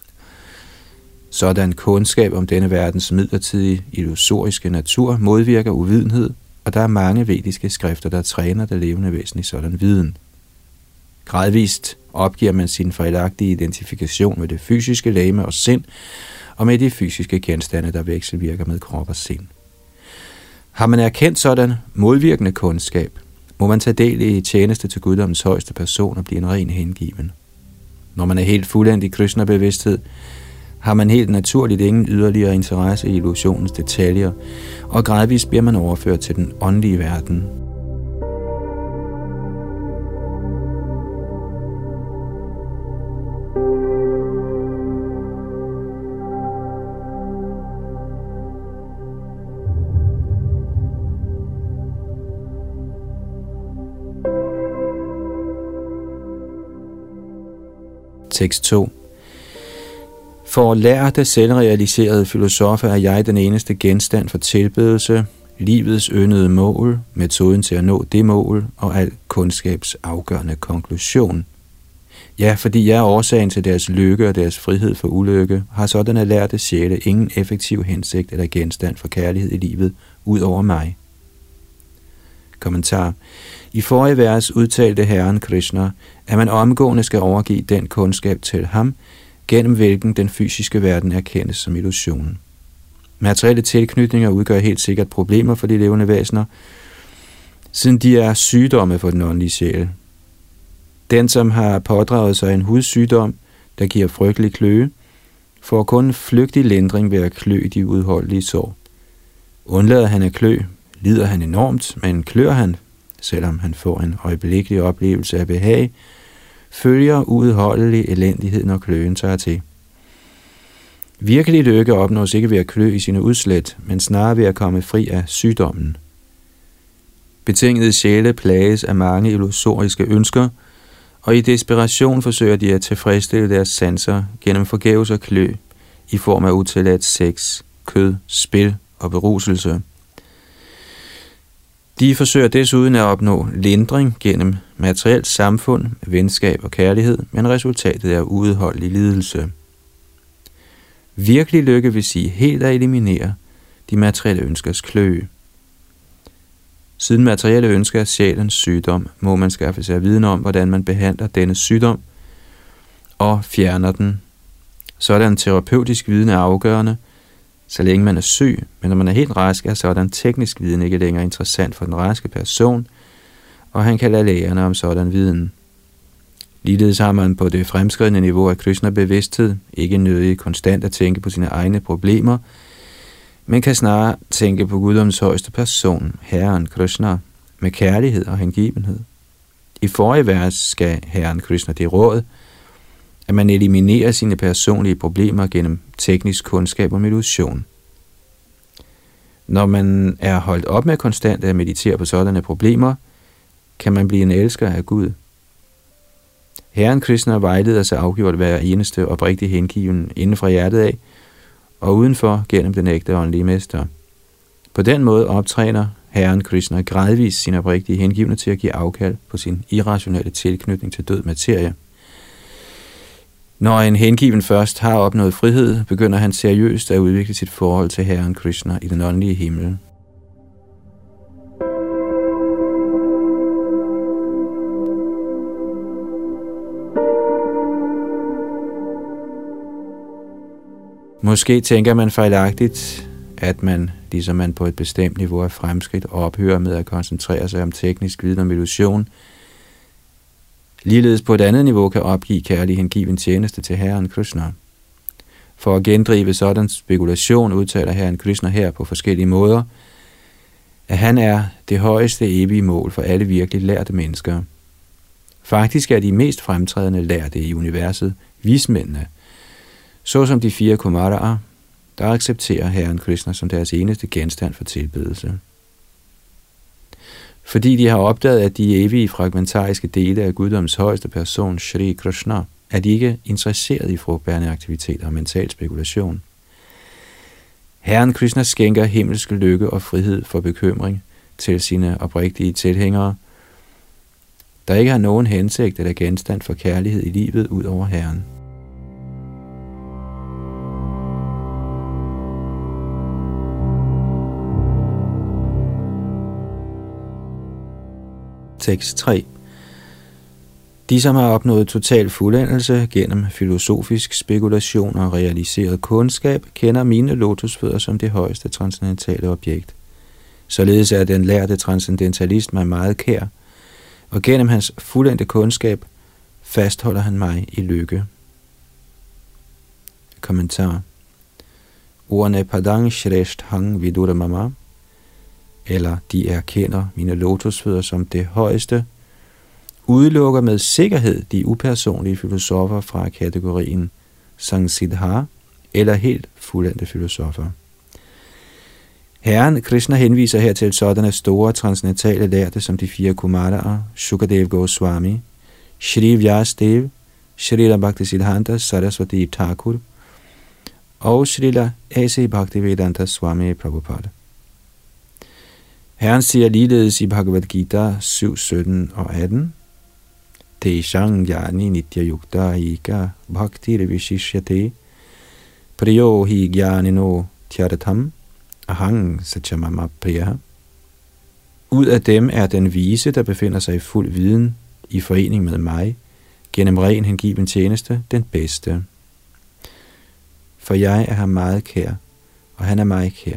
Sådan kundskab om denne verdens midlertidige illusoriske natur modvirker uvidenhed, og der er mange vediske skrifter, der træner det levende væsen i sådan viden. Gradvist opgiver man sin fejlagtige identifikation med det fysiske legeme og sind, og med de fysiske genstande, der vekselvirker med krop og sind. Har man erkendt sådan modvirkende kundskab, må man tage del i tjeneste til guddommens højeste person og blive en ren hengiven. Når man er helt fuldendt i Krishna-bevidsthed, har man helt naturligt ingen yderligere interesse i illusionens detaljer, og gradvist bliver man overført til den åndelige verden. Tekst to. For lærte selvrealiserede filosofer er jeg den eneste genstand for tilbedelse, livets yndede mål, metoden til at nå det mål og al kundskabs afgørende konklusion. Ja, fordi jeg er årsagen til deres lykke og deres frihed for ulykke, har sådanne lærte sjæle ingen effektiv hensigt eller genstand for kærlighed i livet ud over mig. Kommentar. I forrige vers udtalte Herren Krishna, at man omgående skal overgive den kundskab til ham, gennem hvilken den fysiske verden erkendes som illusion. Materielle tilknytninger udgør helt sikkert problemer for de levende væsener, siden de er sygdomme for den åndelige sjæl. Den, som har pådraget sig en hudsygdom, der giver frygtelig kløe, får kun flygtig lindring ved at klø i de udholdelige sår. Undlader han at klø, lider han enormt, men klør han, selvom han får en øjeblikkelig oplevelse af behag, følger uudholdelig elendighed, når kløen tager til. Virkelig lykke opnås ikke ved at klø i sine udslæt, men snarere ved at komme fri af sygdommen. Betingede sjæle plages af mange illusoriske ønsker, og i desperation forsøger de at tilfredsstille deres sanser gennem forgæves og klø i form af utilladt sex, kød, spil og beruselse. De forsøger desuden at opnå lindring gennem materielt samfund, venskab og kærlighed, men resultatet er uudholdelig lidelse. Virkelig lykke vil sige helt at eliminere de materielle ønskers kløe. Siden materielle ønsker er sjælens sygdom, må man skaffe sig viden om, hvordan man behandler denne sygdom og fjerner den. Sådan terapeutisk viden er afgørende, så længe man er syg, men når man er helt rask, er sådan teknisk viden ikke længere interessant for den raske person, og han kan lade lægerne om sådan viden. Ligeledes har man på det fremskridende niveau af Krishna-bevidsthed ikke nødig konstant at tænke på sine egne problemer, men kan snarere tænke på Guddoms højeste person, Herren Krishna, med kærlighed og hengivenhed. I forrige vers skal Herren Krishna det råd, at man eliminerer sine personlige problemer gennem teknisk kundskab og meditation. Når man er holdt op med konstant at meditere på sådanne problemer, kan man blive en elsker af Gud. Herren Krishna vejleder sig afgjort hver eneste oprigtig hengiven inden fra hjertet af, og udenfor gennem den ægte åndelige mester. På den måde optræner Herren Krishna gradvist sin oprigtige hengivne til at give afkald på sin irrationelle tilknytning til død materie. Når en hengiven først har opnået frihed, begynder han seriøst at udvikle sit forhold til Herren Krishna i den åndelige himmel. Måske tænker man fejlagtigt, at man, ligesom man på et bestemt niveau af fremskridt, ophører med at koncentrere sig om teknisk viden og meditation, ligeledes på et andet niveau kan opgive kærlig hengiven tjeneste til Herren Krishna. For at gendrive sådan spekulation udtaler Herren Krishna her på forskellige måder, at han er det højeste evige mål for alle virkelig lærte mennesker. Faktisk er de mest fremtrædende lærte i universet vismændene, såsom de fire Kumaraer, der accepterer Herren Krishna som deres eneste genstand for tilbedelse. Fordi de har opdaget, at de evige fragmentariske dele af Guddoms højeste person, Shri Krishna, er de ikke interesseret i frugtbærende aktiviteter og mental spekulation. Herren Krishna skænker himmelsk lykke og frihed for bekymring til sine oprigtige tilhængere, der ikke har nogen hensigt eller genstand for kærlighed i livet ud over Herren. Tekst tre. De, som har opnået total fuldendelse gennem filosofisk spekulation og realiseret kundskab, kender mine lotusfødder som det højeste transcendentale objekt. Således er den lærte transcendentalist mig meget kær, og gennem hans fuldendte kundskab fastholder han mig i lykke. Kommentar. Ordene Padang Shresht Hang Vidura Mama, eller de erkender mine lotusfødder som det højeste, udelukker med sikkerhed de upersonlige filosofer fra kategorien Sangsiddha eller helt fuldendte filosofer. Herren Krishna henviser her til sådanne store transcendentale lærte som de fire Kumaraer, Shukadev Goswami, Shri Vyasdev, Shrila Bhaktisiddhanta Saraswati Thakur og Shrila A C Bhaktivedanta Swami Prabhupada. Herren siger ligeledes i Bhagavad Gita syv, sytten og atten, Teshang jnani nitya yukta eka bhaktir vishishyate priyo hi jnanino tyaratam ahang sachamama priya. Ud af dem er den vise, der befinder sig i fuld viden i forening med mig, gennem ren hengiven tjeneste, den bedste. For jeg er ham meget kær, og han er mig kær.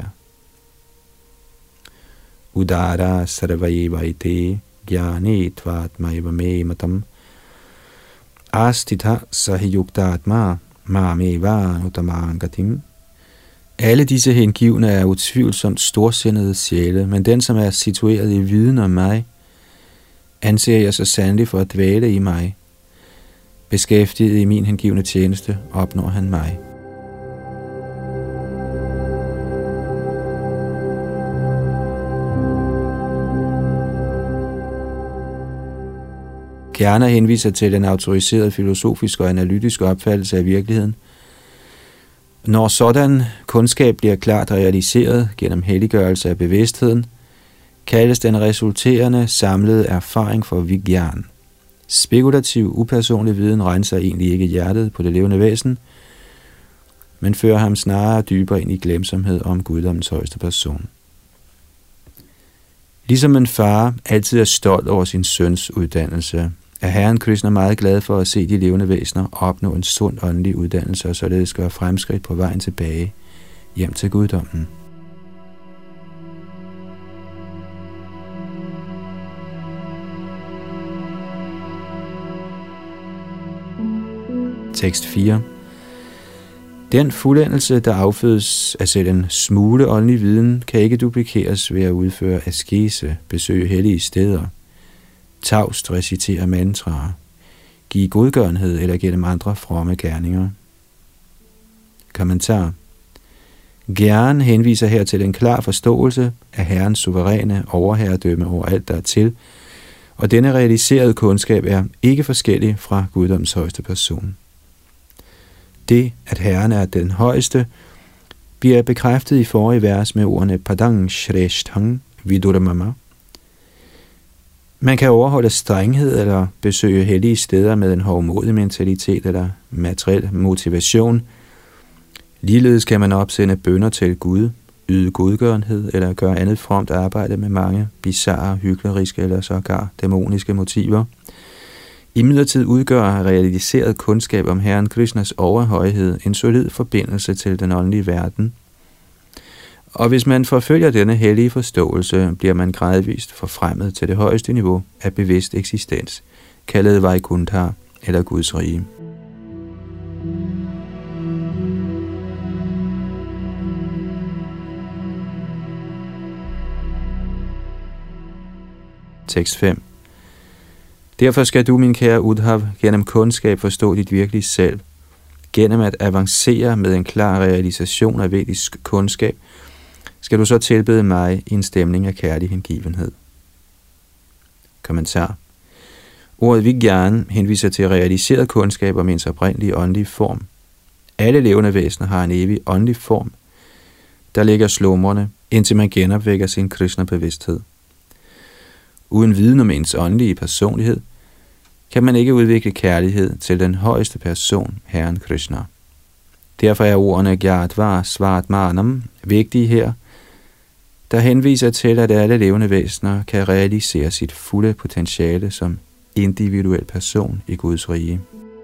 Udara sarvayevaite jnani tvatmaiva me matam astitha sahiyuktatma mameva utamangatim. Alle disse hengivne er utvivlsomt storsindede sjæle, men den, som er situeret i viden om mig, anser jeg så sandelig for at dvæle i mig. Beskæftiget i min hengivne tjeneste opnår han mig. Kærner henviser til en autoriseret filosofisk og analytisk opfattelse af virkeligheden. Når sådan kundskab bliver klart realiseret gennem helliggørelse af bevidstheden, kaldes den resulterende samlede erfaring for vigyan. Spekulativ, upersonlig viden renser egentlig ikke hjertet på det levende væsen, men fører ham snarere dybere ind i glemsomhed om guddommens højeste person. Ligesom en far altid er stolt over sin søns uddannelse, er Herren Krishna meget glad for at se de levende væsener opnå en sund åndelig uddannelse og således gøre fremskridt på vejen tilbage hjem til guddommen. Tekst fire. Den fuldendelse, der affødes af selv en smule åndelig viden, kan ikke duplikeres ved at udføre askese, besøge hellige steder, tavst recitere mantraer, give godgørenhed eller gennem andre fromme gerninger. Kommentar. Gern henviser her til en klar forståelse af Herrens suveræne overherredømme over alt, der er til, og denne realiserede kundskab er ikke forskellig fra guddoms højeste person. Det, at Herren er den højeste, bliver bekræftet i forrige vers med ordene Padang Shrestang Viduramama. Man kan overholde strenghed eller besøge hellige steder med en hovmodig mentalitet eller materiel motivation. Ligeledes kan man opsende bønner til Gud, yde godgørenhed eller gøre andet fromt arbejde med mange bizarre, hykleriske eller sågar dæmoniske motiver. Imidlertid udgør realiseret kundskab om Herren Krishnas overhøjhed en solid forbindelse til den åndelige verden. Og hvis man forfølger denne hellige forståelse, bliver man gradvist forfremmet til det højeste niveau af bevidst eksistens, kaldet Vaikuntha eller Guds rige. Tekst fem. Derfor skal du, min kære Uddhav, gennem kundskab forstå dit virkelige selv. Gennem at avancere med en klar realisation af vedisk kundskab, skal du så tilbede mig i en stemning af kærlig hengivenhed. Kommentar. Ordet vigyan henviser til realiseret kundskab om ens oprindelige åndelige form. Alle levende væsener har en evig åndelig form, der ligger slumrende, indtil man genopvækker sin Krishna-bevidsthed. Uden viden om ens åndelige personlighed, kan man ikke udvikle kærlighed til den højeste person, Herren Krishna. Derfor er ordene Gyatva Svartmanam vigtige her, der henviser til, at alle levende væsener kan realisere sit fulde potentiale som individuel person i Guds rige.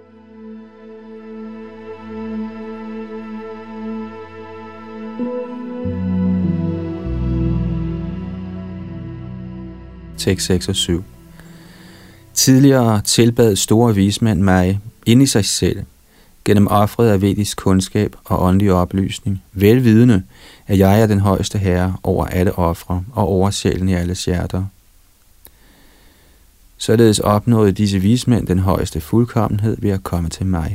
Tekst seks og syv. Tidligere tilbad store vismænd mig ind i sig selv, gennem offret af vedisk kundskab og åndelig oplysning, velvidende, at jeg er den højeste herre over alle ofre og over sjælen i alles hjerter. Således opnåede disse vismænd den højeste fuldkommenhed ved at komme til mig.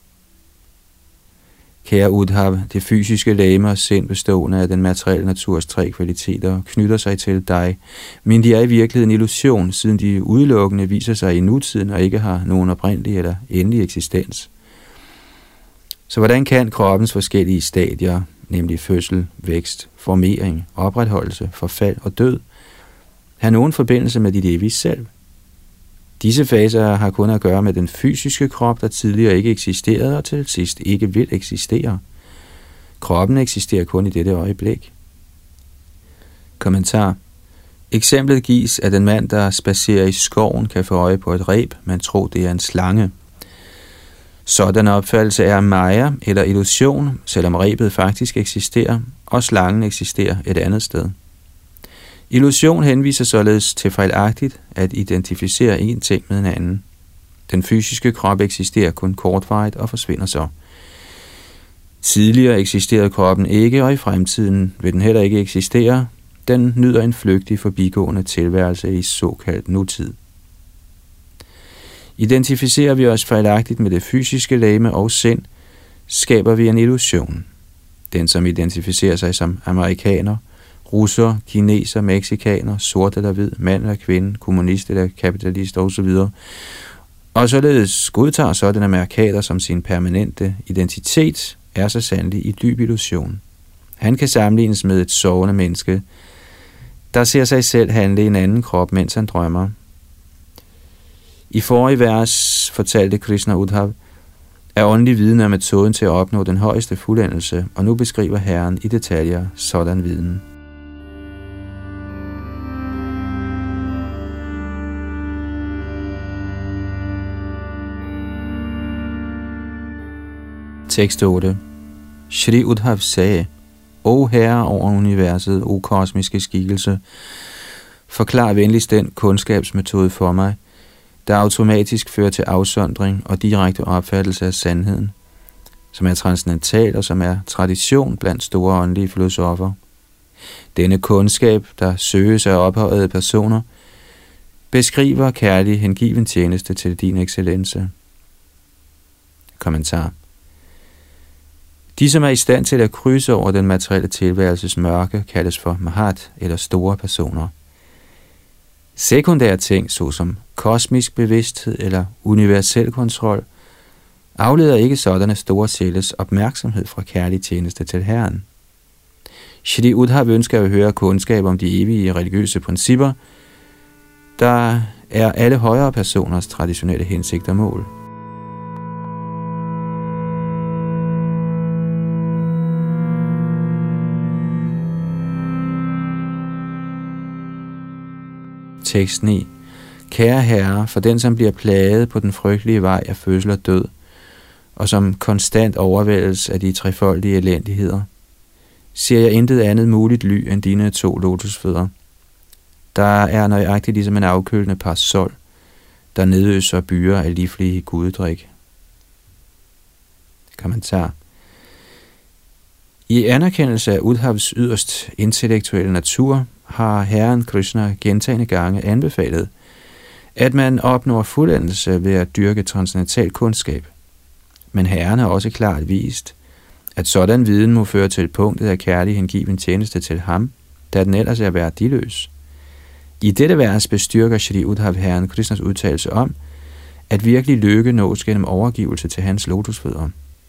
Kære Uddhav, det fysiske legeme og sind bestående af den materielle naturs tre kvaliteter knytter sig til dig, men de er i virkeligheden en illusion, siden de udelukkende viser sig i nutiden og ikke har nogen oprindelig eller endelig eksistens. Så hvordan kan kroppens forskellige stadier, nemlig fødsel, vækst, formering, opretholdelse, forfald og død, have nogen forbindelse med dit evige selv? Disse faser har kun at gøre med den fysiske krop, der tidligere ikke eksisterede og til sidst ikke vil eksistere. Kroppen eksisterer kun i dette øjeblik. Kommentar. Eksemplet gives, at en mand, der spacerer i skoven, kan få øje på et reb, man tror det er en slange. Sådan opfattelse er maya eller illusion, selvom rebet faktisk eksisterer, og slangen eksisterer et andet sted. Illusion henviser således til fejlagtigt at identificere en ting med en anden. Den fysiske krop eksisterer kun kortvarigt og forsvinder så. Tidligere eksisterede kroppen ikke, og i fremtiden vil den heller ikke eksistere. Den nyder en flygtig forbigående tilværelse i såkaldt nutid. Identificerer vi os fejlagtigt med det fysiske legeme og sind, skaber vi en illusion. Den, som identificerer sig som amerikaner, russer, kineser, mexikaner, sort eller hvid, mand eller kvinde, kommunist eller kapitalist osv., og således godtager sådanne mærkater som sin permanente identitet, er så sandelig i dyb illusion. Han kan sammenlignes med et sovende menneske, der ser sig selv handle i en anden krop, mens han drømmer. I forrige vers fortalte Krishna Uddhav, er åndelig viden af metoden til at opnå den højeste fuldendelse, og nu beskriver Herren i detaljer sådan viden. Tekst otte. Shri Uddhav sagde, O Herre over universet, o kosmiske skikkelse, forklar venligst den kundskabsmetode for mig, der automatisk fører til afsondring og direkte opfattelse af sandheden, som er transcendental og som er tradition blandt store åndelige filosofer. Denne kundskab, der søges af ophøjede personer, beskriver kærlig hengiven tjeneste til din excellence. Kommentar. De, som er i stand til at krydse over den materielle tilværelses mørke, kaldes for mahat eller store personer. Sekundære ting, såsom kosmisk bevidsthed eller universel kontrol, afleder ikke sådanne store sjæles opmærksomhed fra kærlig tjeneste til Herren. Shri Uddhav ønsker at høre kundskab om de evige religiøse principper, der er alle højere personers traditionelle hensigt og mål. Tekst ni. Kære Herre, for den, som bliver plaget på den frygtelige vej af fødsel og død, og som konstant overvældes af de trefoldige elendigheder, ser jeg intet andet muligt ly end dine to lotusfødder. Der er nøjagtigt ligesom en afkølende parasol, der nedøser byer af livlige guddrik. Kommentar. I anerkendelse af Uddhavs yderst intellektuelle natur, har Herren Krishna gentagne gange anbefalet, at man opnår fuldendelse ved at dyrke transcendental kundskab. Men Herren har også klart vist, at sådan viden må føre til punktet af kærlig hengiven tjeneste til ham, da den ellers er værdiløs. I dette vers bestyrker Shri Uddhav Herren Krishnas udtalelse om, at virkelig lykke nås gennem overgivelse til hans lotusfødder.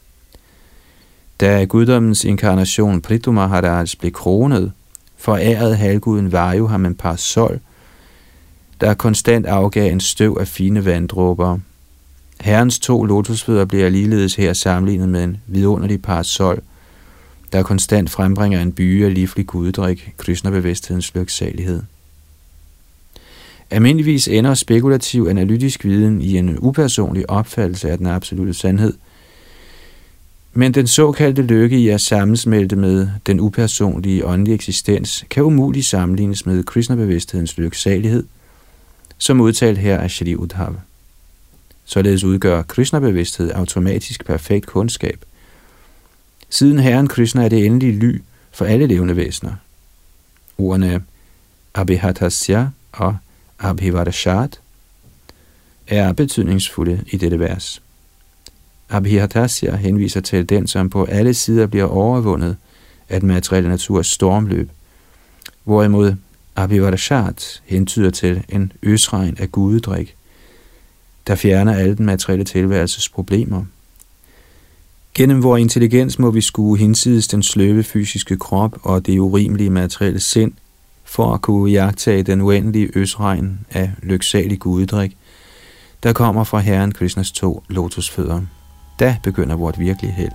Da guddommens inkarnation Prithu Maharaj blev kronet, forærede halvguden Vayu ham en parasol, der konstant afgav en støv af fine vanddråber. Herrens to lotusfødder bliver ligeledes her sammenlignet med en vidunderlig parasol, der konstant frembringer en byge af livlig guddrik, Krishna-bevidsthedens lyksalighed. Almindeligvis ender spekulativ analytisk viden i en upersonlig opfattelse af den absolute sandhed, men den såkaldte lykke i at sammensmelte med den upersonlige åndelige eksistens kan umuligt sammenlignes med Krishna-bevidsthedens lyksalighed, som udtalt her af Shri Uddhav. Således udgør Krishna-bevidsthed automatisk perfekt kundskab. Siden Herren Krishna er det endelige ly for alle levende væsener. Ordene Abhihatasya og Abhivarashat er betydningsfulde i dette vers. Abhihatasya henviser til den, som på alle sider bliver overvundet af den materielle naturs stormløb, hvorimod Abhivarashat hentyder til en øsregn af gudedrik, der fjerner alle den materielle tilværelses problemer. Gennem vores intelligens må vi skue hinsides den sløve fysiske krop og det urimelige materielle sind, for at kunne iagttage den uendelige øsregn af lyksalig gudedrik, der kommer fra Herren Krishnas to lotusfødder. Da begynder vort virkelige held.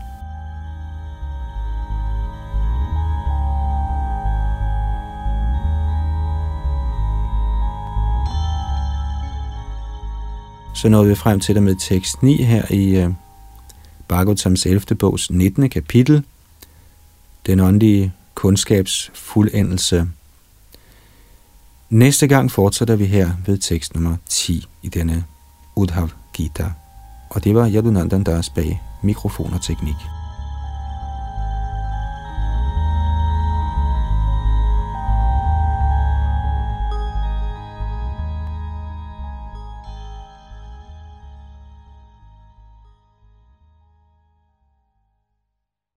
Så nåede vi frem til det med tekst ni her i uh, Bhagavatams ellevte bogs nittende kapitel, den åndelige kundskabs fuldendelse. Næste gang fortsætter vi her ved tekst nummer ti i denne Uddhav Gita. Og det var Yadunandan Das bag mikrofon og teknik.